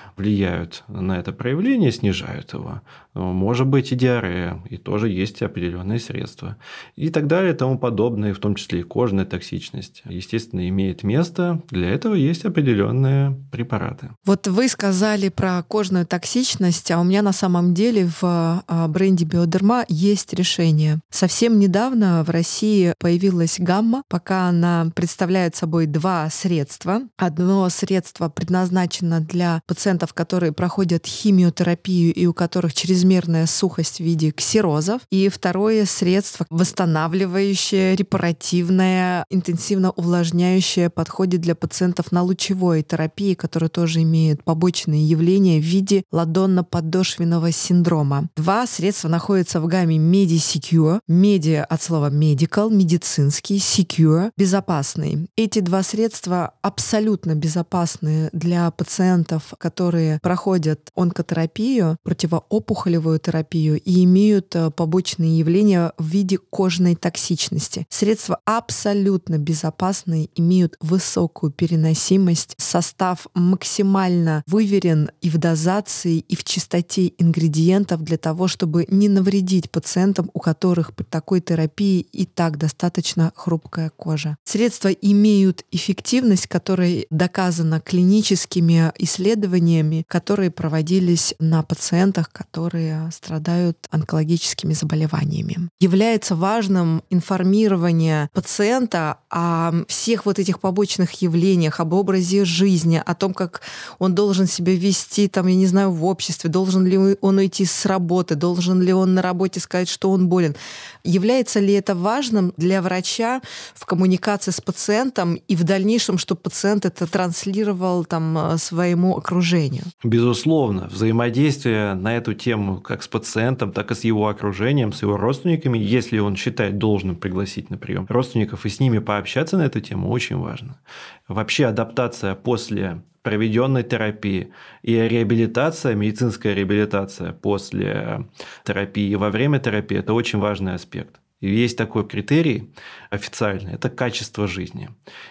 влияют на это проявление, снижают его. Может быть и диарея, и тоже есть определенные средства. И так далее, и тому подобное, в том числе и кожная токсичность. Естественно, имеет место. Для этого есть определенные препараты. Вот вы сказали про кожную токсичность, а у меня на самом деле в бренде Биодерма есть решение. Совсем недавно в России появилась гамма, пока она представляет собой два средства. Одно средство предназначено для пациентов, которые проходят химиотерапию и у которых чрезмерная сухость в виде ксерозов. И второе средство восстанавливающее, репаративное, интенсивно увлажняющее, подходит для пациентов на лучевой терапии, которые тоже имеют побочные явления в виде ладонно-подошвенного синдрома. Два средства находятся в гамме MediSecure. Meди от слова medical, медицинский, secure, безопасный. Эти два средства абсолютно безопасны для пациентов, которые проходят онкотерапию, противоопухолевую терапию и имеют побочные явления в виде кожной токсичности. Средства абсолютно безопасные, имеют высокую переносимость, состав максимально выверен и в дозации, и в чистоте ингредиентов для того, чтобы не навредить пациентам, у которых при такой терапии и так достаточно хрупкая кожа. Средства имеют эффективность, которая доказана клиническими исследованиями, которые проводились на пациентах, которые страдают онкологическими заболеваниями. Является важным информирование пациента о всех вот этих побочных явлениях, об образе жизни, о том, как он должен себя вести, там, я не знаю, в обществе, должен ли он уйти с работы, должен ли он на работе сказать, что он болен. Является ли это важным для врача в коммуникации с пациентом и в дальнейшем, чтобы пациент это транслировал там своему окружению? Безусловно, взаимодействие на эту тему как с пациентом, так и с его окружением, с его родственниками, если он считает должным пригласить на прием родственников и с ними пообщаться на эту тему, очень важно. Вообще адаптация после проведенной терапии и реабилитация, медицинская реабилитация после терапии и во время терапии – это очень важный аспект. И есть такой критерий официальный – это качество жизни.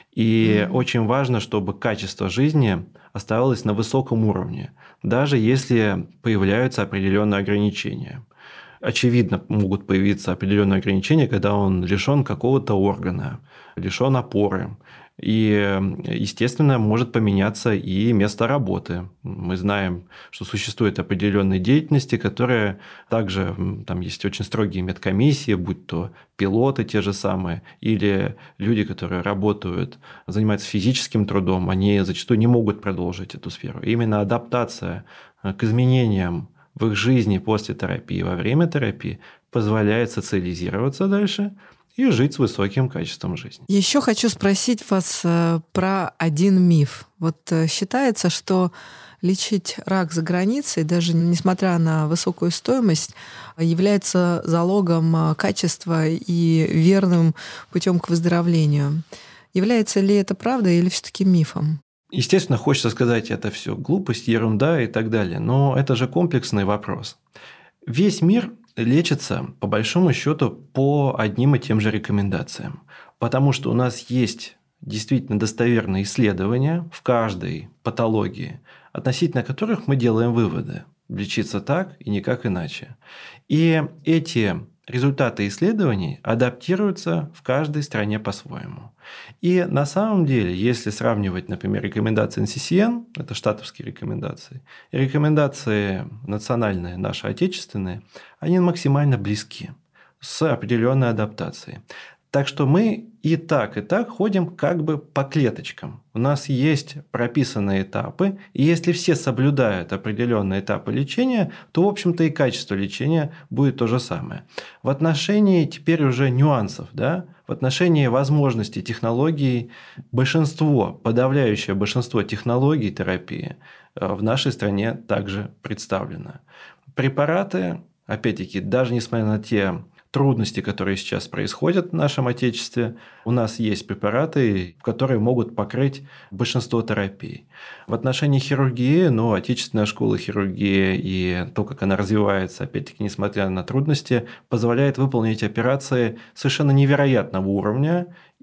И mm-hmm. очень важно, чтобы качество жизни оставалось на высоком уровне, даже если появляются определенные ограничения. Очевидно, могут появиться определенные ограничения, когда он лишен какого-то органа, лишен опоры. И, естественно, может поменяться и место работы. Мы знаем, что существуют определенные деятельности, которые также, там есть очень строгие медкомиссии, будь то пилоты те же самые, или люди, которые работают, занимаются физическим трудом, они зачастую не могут продолжить эту сферу. И именно адаптация к изменениям в их жизни после терапии, во время терапии позволяет социализироваться дальше и жить с высоким качеством жизни. Еще хочу спросить вас про один миф. Вот считается, что лечить рак за границей, даже несмотря на высокую стоимость, является залогом качества и верным путем к выздоровлению. Является ли это правдой или все-таки мифом? Естественно, хочется сказать, это все глупость, ерунда и так далее, но это же комплексный вопрос. Весь мир лечится, по большому счету, по одним и тем же рекомендациям, потому что у нас есть действительно достоверные исследования в каждой патологии, относительно которых мы делаем выводы. Лечиться так и никак иначе. И эти результаты исследований адаптируются в каждой стране по-своему. И на самом деле, если сравнивать, например, рекомендации эн си си эн, это штатовские рекомендации, и рекомендации национальные, наши отечественные, они максимально близки, с определенной адаптацией. Так что мы и так, и так ходим как бы по клеточкам. У нас есть прописанные этапы, и если все соблюдают определенные этапы лечения, то, в общем-то, и качество лечения будет то же самое. В отношении теперь уже нюансов, да, в отношении возможностей технологий, большинство, подавляющее большинство технологий терапии в нашей стране также представлено. Препараты, опять-таки, даже несмотря на те трудности, которые сейчас происходят в нашем Отечестве, у нас есть препараты, которые могут покрыть большинство терапий. В отношении хирургии, ну, отечественная школа хирургии и то, как она развивается, опять-таки, несмотря на трудности, позволяет выполнить операции совершенно невероятного уровня.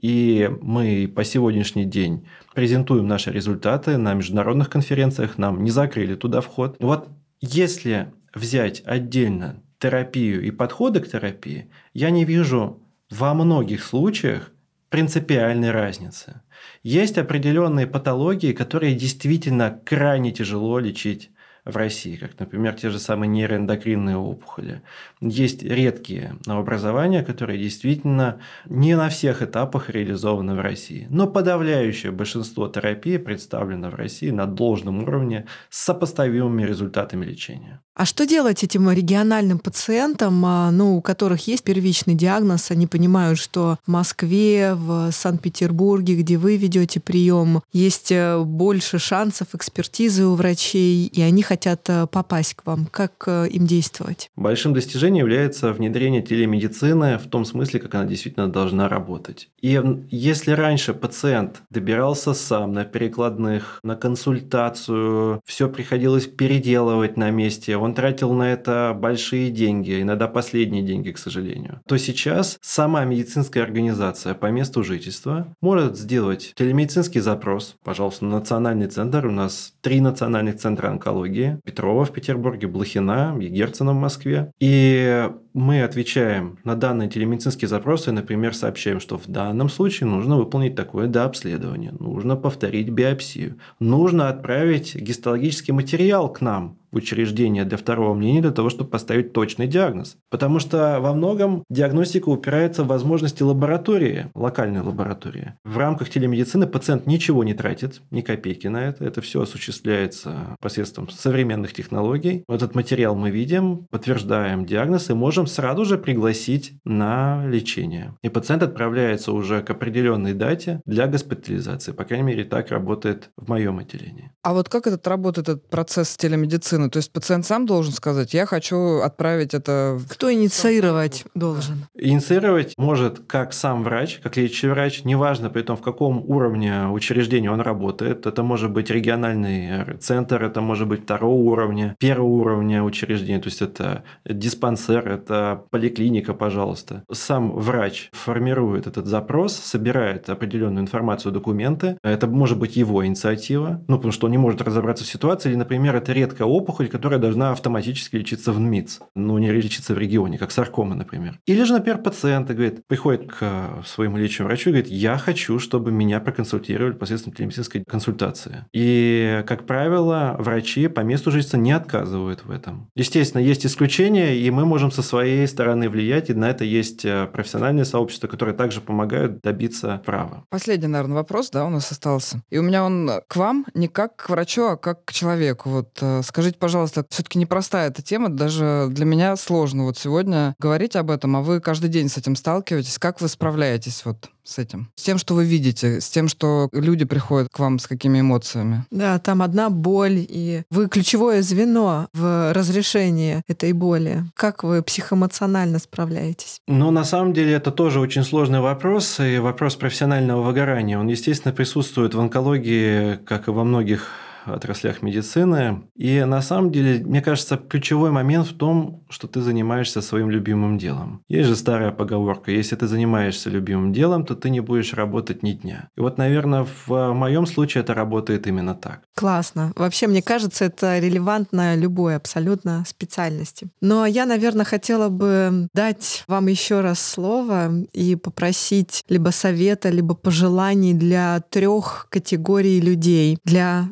И мы по сегодняшний день презентуем наши результаты на международных конференциях, нам не закрыли туда вход. Вот если взять отдельно терапию и подходы к терапии, я не вижу во многих случаях принципиальной разницы. Есть определенные патологии, которые действительно крайне тяжело лечить в России, как, например, те же самые нейроэндокринные опухоли. Есть редкие новообразования, которые действительно не на всех этапах реализованы в России. Но подавляющее большинство терапии представлено в России на должном уровне с сопоставимыми результатами лечения. А что делать этим региональным пациентам, ну, у которых есть первичный диагноз, они понимают, что в Москве, в Санкт-Петербурге, где вы ведете прием, есть больше шансов экспертизы у врачей, и они хотят попасть к вам. Как им действовать? Большим достижением является внедрение телемедицины в том смысле, как она действительно должна работать. И если раньше пациент добирался сам на перекладных, на консультацию, все приходилось переделывать на месте, он тратил на это большие деньги, иногда последние деньги, к сожалению, то сейчас сама медицинская организация по месту жительства может сделать телемедицинский запрос, пожалуйста, на национальный центр. У нас три национальных центра онкологии: Петрова в Петербурге, Блохина и Герцена в Москве. И мы отвечаем на данные телемедицинские запросы, например, сообщаем, что в данном случае нужно выполнить такое дообследование, нужно повторить биопсию, нужно отправить гистологический материал к нам в учреждение для второго мнения, для того, чтобы поставить точный диагноз. Потому что во многом диагностика упирается в возможности лаборатории, локальной лаборатории. В рамках телемедицины пациент ничего не тратит, ни копейки на это. Это все осуществляется посредством современных технологий. Этот материал мы видим, подтверждаем диагноз и можем сразу же пригласить на лечение. И пациент отправляется уже к определенной дате для госпитализации. По крайней мере, так работает в моем отделении. А вот как этот работает, этот процесс телемедицины? То есть пациент сам должен сказать: я хочу отправить это... Кто инициировать должен? Инициировать может как сам врач, как лечащий врач, неважно при том, в каком уровне учреждения он работает. Это может быть региональный центр, это может быть второго уровня, первого уровня учреждения, то есть это диспансер, это поликлиника, пожалуйста. Сам врач формирует этот запрос, собирает определенную информацию, документы. Это может быть его инициатива, ну, потому что он не может разобраться в ситуации, или, например, это редкая опухоль, которая должна автоматически лечиться в эн эм и ц, но не лечиться в регионе, как саркома, например. Или же, например, пациент говорит, приходит к своему лечащему врачу и говорит: я хочу, чтобы меня проконсультировали посредством телемедицинской консультации. И, как правило, врачи по месту жительства не отказывают в этом. Естественно, есть исключения, и мы можем со своей стороны влиять, и на это есть профессиональные сообщества, которые также помогают добиться права. Последний, наверное, вопрос, да, у нас остался. И у меня он к вам не как к врачу, а как к человеку. Вот скажите, пожалуйста, все-таки непростая эта тема, даже для меня сложно вот сегодня говорить об этом, а вы каждый день с этим сталкиваетесь. Как вы справляетесь вот с этим? С тем, что вы видите, с тем, что люди приходят к вам с какими эмоциями? Да, там одна боль, и вы ключевое звено в разрешении этой боли. Как вы психоэмоционально справляетесь? Ну, на самом деле, это тоже очень сложный вопрос, и вопрос профессионального выгорания. Он, естественно, присутствует в онкологии, как и во многих отраслях медицины. И на самом деле, мне кажется, ключевой момент в том, что ты занимаешься своим любимым делом. Есть же старая поговорка: если ты занимаешься любимым делом, то ты не будешь работать ни дня. И вот, наверное, в моем случае это работает именно так. Классно. Вообще, мне кажется, это релевантно любой абсолютно специальности. Но я, наверное, хотела бы дать вам еще раз слово и попросить либо совета, либо пожеланий для трех категорий людей: для здоровых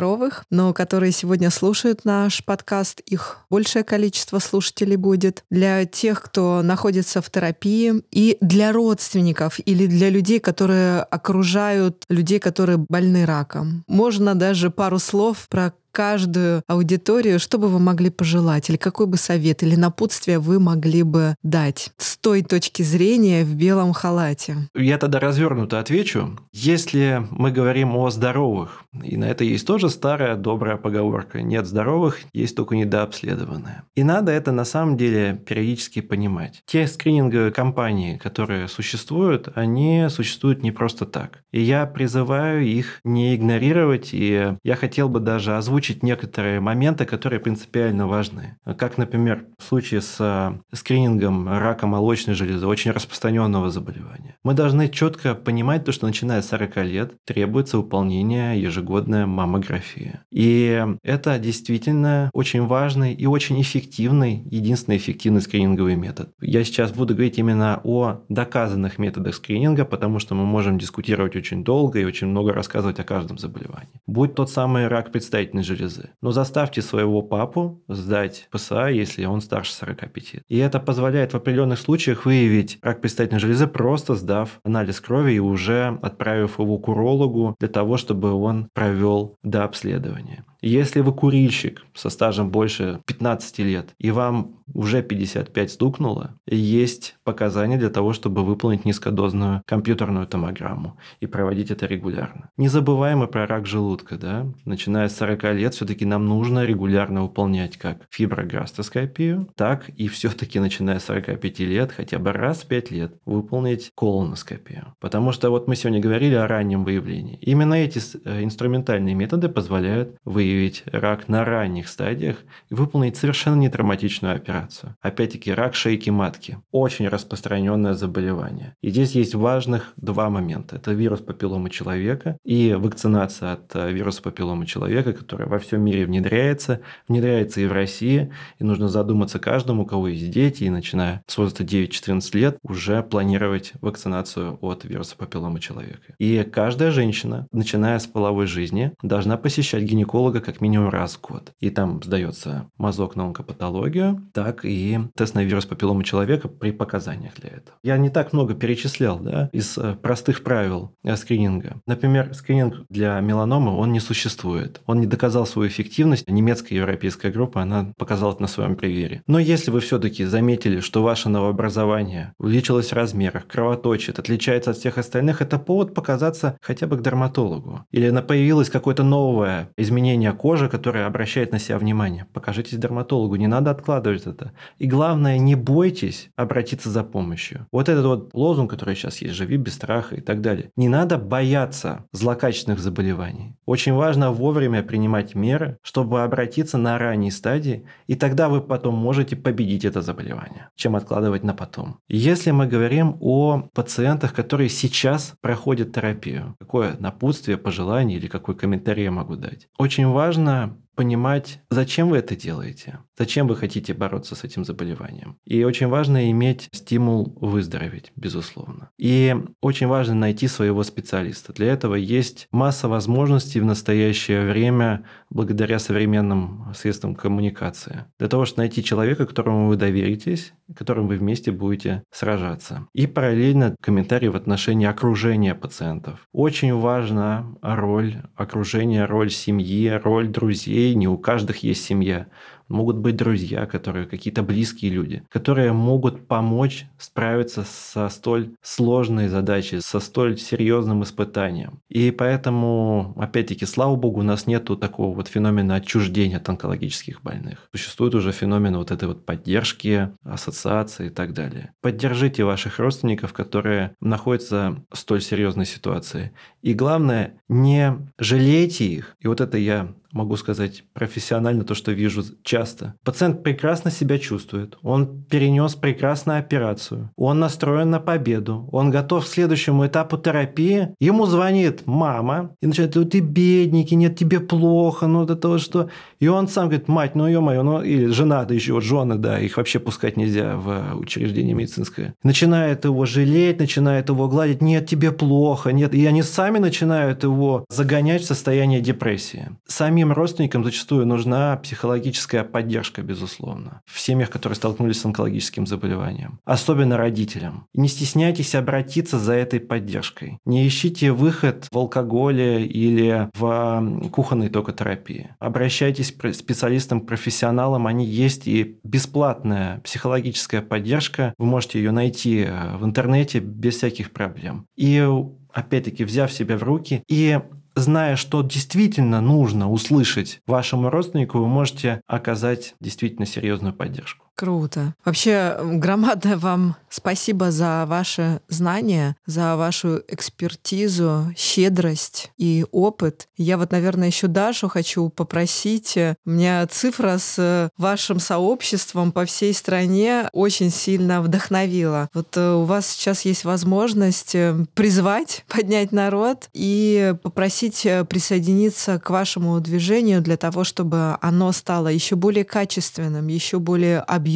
здоровых, но которые сегодня слушают наш подкаст, их большее количество слушателей будет, для тех, кто находится в терапии, и для родственников или для людей, которые окружают людей, которые больны раком. Можно даже пару слов про каждую аудиторию, что бы вы могли пожелать, или какой бы совет, или напутствие вы могли бы дать с той точки зрения в белом халате? Я тогда развернуто отвечу. Если мы говорим о здоровых, и на это есть тоже старая добрая поговорка: нет здоровых, есть только недообследованные. И надо это на самом деле периодически понимать. Те скрининговые компании, которые существуют, они существуют не просто так. И я призываю их не игнорировать, и я хотел бы даже озвучить некоторые моменты, которые принципиально важны. Как, например, в случае с скринингом рака молочной железы, очень распространенного заболевания. Мы должны четко понимать то, что начиная с сорока лет требуется выполнение ежегодной маммографии. И это действительно очень важный и очень эффективный, единственный эффективный скрининговый метод. Я сейчас буду говорить именно о доказанных методах скрининга, потому что мы можем дискутировать очень долго и очень много рассказывать о каждом заболевании. Будь тот самый рак предстательной железы. Но заставьте своего папу сдать ПСА, если он старше сорока пяти. И это позволяет в определенных случаях выявить рак предстательной железы, просто сдав анализ крови и уже отправив его к урологу для того, чтобы он провел дообследование. Если вы курильщик со стажем больше пятнадцати лет, и вам уже пятьдесят пять стукнуло, есть показания для того, чтобы выполнить низкодозную компьютерную томограмму и проводить это регулярно. Не забываем и про рак желудка. Да? Начиная с сорока лет все-таки нам нужно регулярно выполнять как фиброгастроскопию, так и все-таки начиная с сорока пяти лет, хотя бы раз в пять лет, выполнить колоноскопию. Потому что вот мы сегодня говорили о раннем выявлении. Именно эти инструментальные методы позволяют выявить выявить рак на ранних стадиях и выполнить совершенно нетравматичную операцию. Опять-таки, рак шейки матки. Очень распространенное заболевание. И здесь есть важных два момента. Это вирус папилломы человека и вакцинация от вируса папилломы человека, которая во всем мире внедряется, внедряется и в России. И нужно задуматься каждому, у кого есть дети, и начиная с возраста девять-четырнадцать лет, уже планировать вакцинацию от вируса папилломы человека. И каждая женщина, начиная с половой жизни, должна посещать гинеколога как минимум раз в год. И там сдается мазок на онкопатологию, так и тест на вирус папилломы человека при показаниях для этого. Я не так много перечислял, да, из простых правил скрининга. Например, скрининг для меланомы, он не существует. Он не доказал свою эффективность. Немецкая и европейская группа, она показала это на своем примере. Но если вы все-таки заметили, что ваше новообразование увеличилось в размерах, кровоточит, отличается от всех остальных, это повод показаться хотя бы к дерматологу. Или появилось какое-то новое изменение кожи, которое обращает на себя внимание. Покажитесь дерматологу, не надо откладывать это. И главное, не бойтесь обратиться за помощью. Вот этот вот лозунг, который сейчас есть, живи без страха и так далее. Не надо бояться злокачественных заболеваний. Очень важно вовремя принимать меры, чтобы обратиться на ранней стадии, и тогда вы потом можете победить это заболевание, чем откладывать на потом. Если мы говорим о пациентах, которые сейчас проходят терапию, какое напутствие, пожелание или какой комментарий я могу дать? Очень важно понимать, зачем вы это делаете, зачем вы хотите бороться с этим заболеванием. И очень важно иметь стимул выздороветь, безусловно. И очень важно найти своего специалиста. Для этого есть масса возможностей в настоящее время благодаря современным средствам коммуникации. Для того, чтобы найти человека, которому вы доверитесь, которым вы вместе будете сражаться. И параллельно комментарии в отношении окружения пациентов. Очень важна роль окружения, роль семьи, роль друзей. Не у каждых есть семья. Могут быть друзья, которые какие-то близкие люди, которые могут помочь справиться со столь сложной задачей, со столь серьезным испытанием. И поэтому, опять-таки, слава богу, у нас нету такого вот феномена отчуждения от онкологических больных. Существует уже феномен вот этой вот поддержки, ассоциации и так далее. Поддержите ваших родственников, которые находятся в столь серьезной ситуации. И главное, не жалейте их. И вот это я могу сказать профессионально, то, что вижу часто часто. Пациент прекрасно себя чувствует, он перенес прекрасно операцию, он настроен на победу, он готов к следующему этапу терапии, ему звонит мама и начинает: ты бедненький, нет, тебе плохо, ну это то, что... И он сам говорит: мать, ну ё-моё, ну и жена, да еще вот жены, да, их вообще пускать нельзя в учреждение медицинское. Начинает его жалеть, начинает его гладить: нет, тебе плохо, нет. И они сами начинают его загонять в состояние депрессии. Самим родственникам зачастую нужна психологическая поддержка, безусловно, в семьях, которые столкнулись с онкологическим заболеванием. Особенно родителям. И не стесняйтесь обратиться за этой поддержкой. Не ищите выход в алкоголе или в кухонной токотерапии. Обращайтесь к специалистам, к профессионалам. Они есть, и бесплатная психологическая поддержка. Вы можете ее найти в интернете без всяких проблем. И опять-таки, взяв себя в руки и зная, что действительно нужно услышать вашему родственнику, вы можете оказать действительно серьезную поддержку. Круто. Вообще, громадное вам спасибо за ваши знания, за вашу экспертизу, щедрость и опыт. Я вот, наверное, еще Дашу хочу попросить. Меня цифра с вашим сообществом по всей стране очень сильно вдохновила. Вот у вас сейчас есть возможность призвать, поднять народ и попросить присоединиться к вашему движению для того, чтобы оно стало еще более качественным, еще более объемным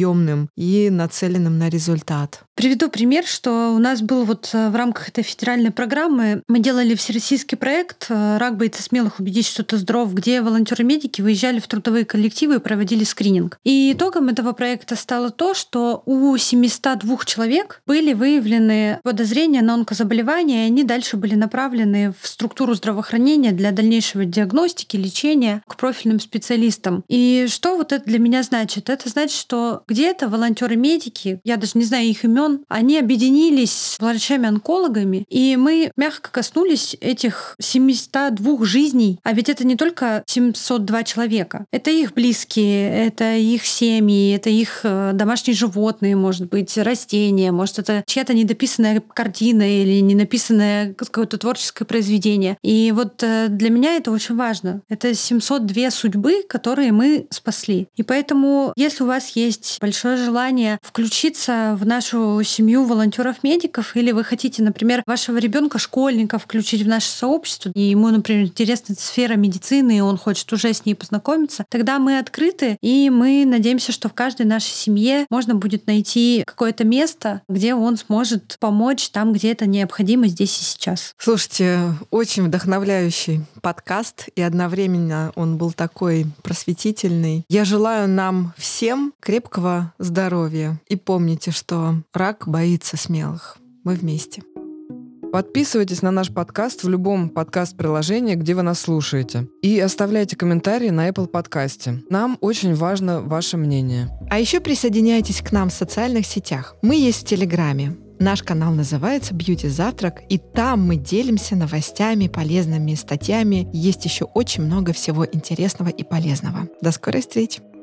и нацеленным на результат. Приведу пример, что у нас был вот в рамках этой федеральной программы, мы делали всероссийский проект «Рак боится смелых, убедись, что ты здоров», где волонтеры-медики выезжали в трудовые коллективы и проводили скрининг. И итогом этого проекта стало то, что у семьсот два человек были выявлены подозрения на онкозаболевания, и они дальше были направлены в структуру здравоохранения для дальнейшего диагностики, лечения к профильным специалистам. И что вот это для меня значит? Это значит, что где-то волонтеры-медики, я даже не знаю их имен, они объединились с врачами-онкологами, и мы мягко коснулись этих семисот двух жизней. А ведь это не только семьсот два человека. Это их близкие, это их семьи, это их домашние животные, может быть, растения, может, это чья-то недописанная картина или ненаписанное какое-то творческое произведение. И вот для меня это очень важно. Это семьсот две судьбы, которые мы спасли. И поэтому, если у вас есть большое желание включиться в нашу семью волонтеров-медиков, или вы хотите, например, вашего ребенка, школьника включить в наше сообщество, и ему, например, интересна сфера медицины, и он хочет уже с ней познакомиться, тогда мы открыты, и мы надеемся, что в каждой нашей семье можно будет найти какое-то место, где он сможет помочь там, где это необходимо здесь и сейчас. Слушайте, очень вдохновляющий подкаст, и одновременно он был такой просветительный. Я желаю нам всем крепкого здоровья. И помните, что рак боится смелых. Мы вместе. Подписывайтесь на наш подкаст в любом подкаст-приложении, где вы нас слушаете. И оставляйте комментарии на Apple подкасте. Нам очень важно ваше мнение. А еще присоединяйтесь к нам в социальных сетях. Мы есть в Телеграме. Наш канал называется «Бьюти Завтрак», и там мы делимся новостями, полезными статьями. Есть еще очень много всего интересного и полезного. До скорой встречи!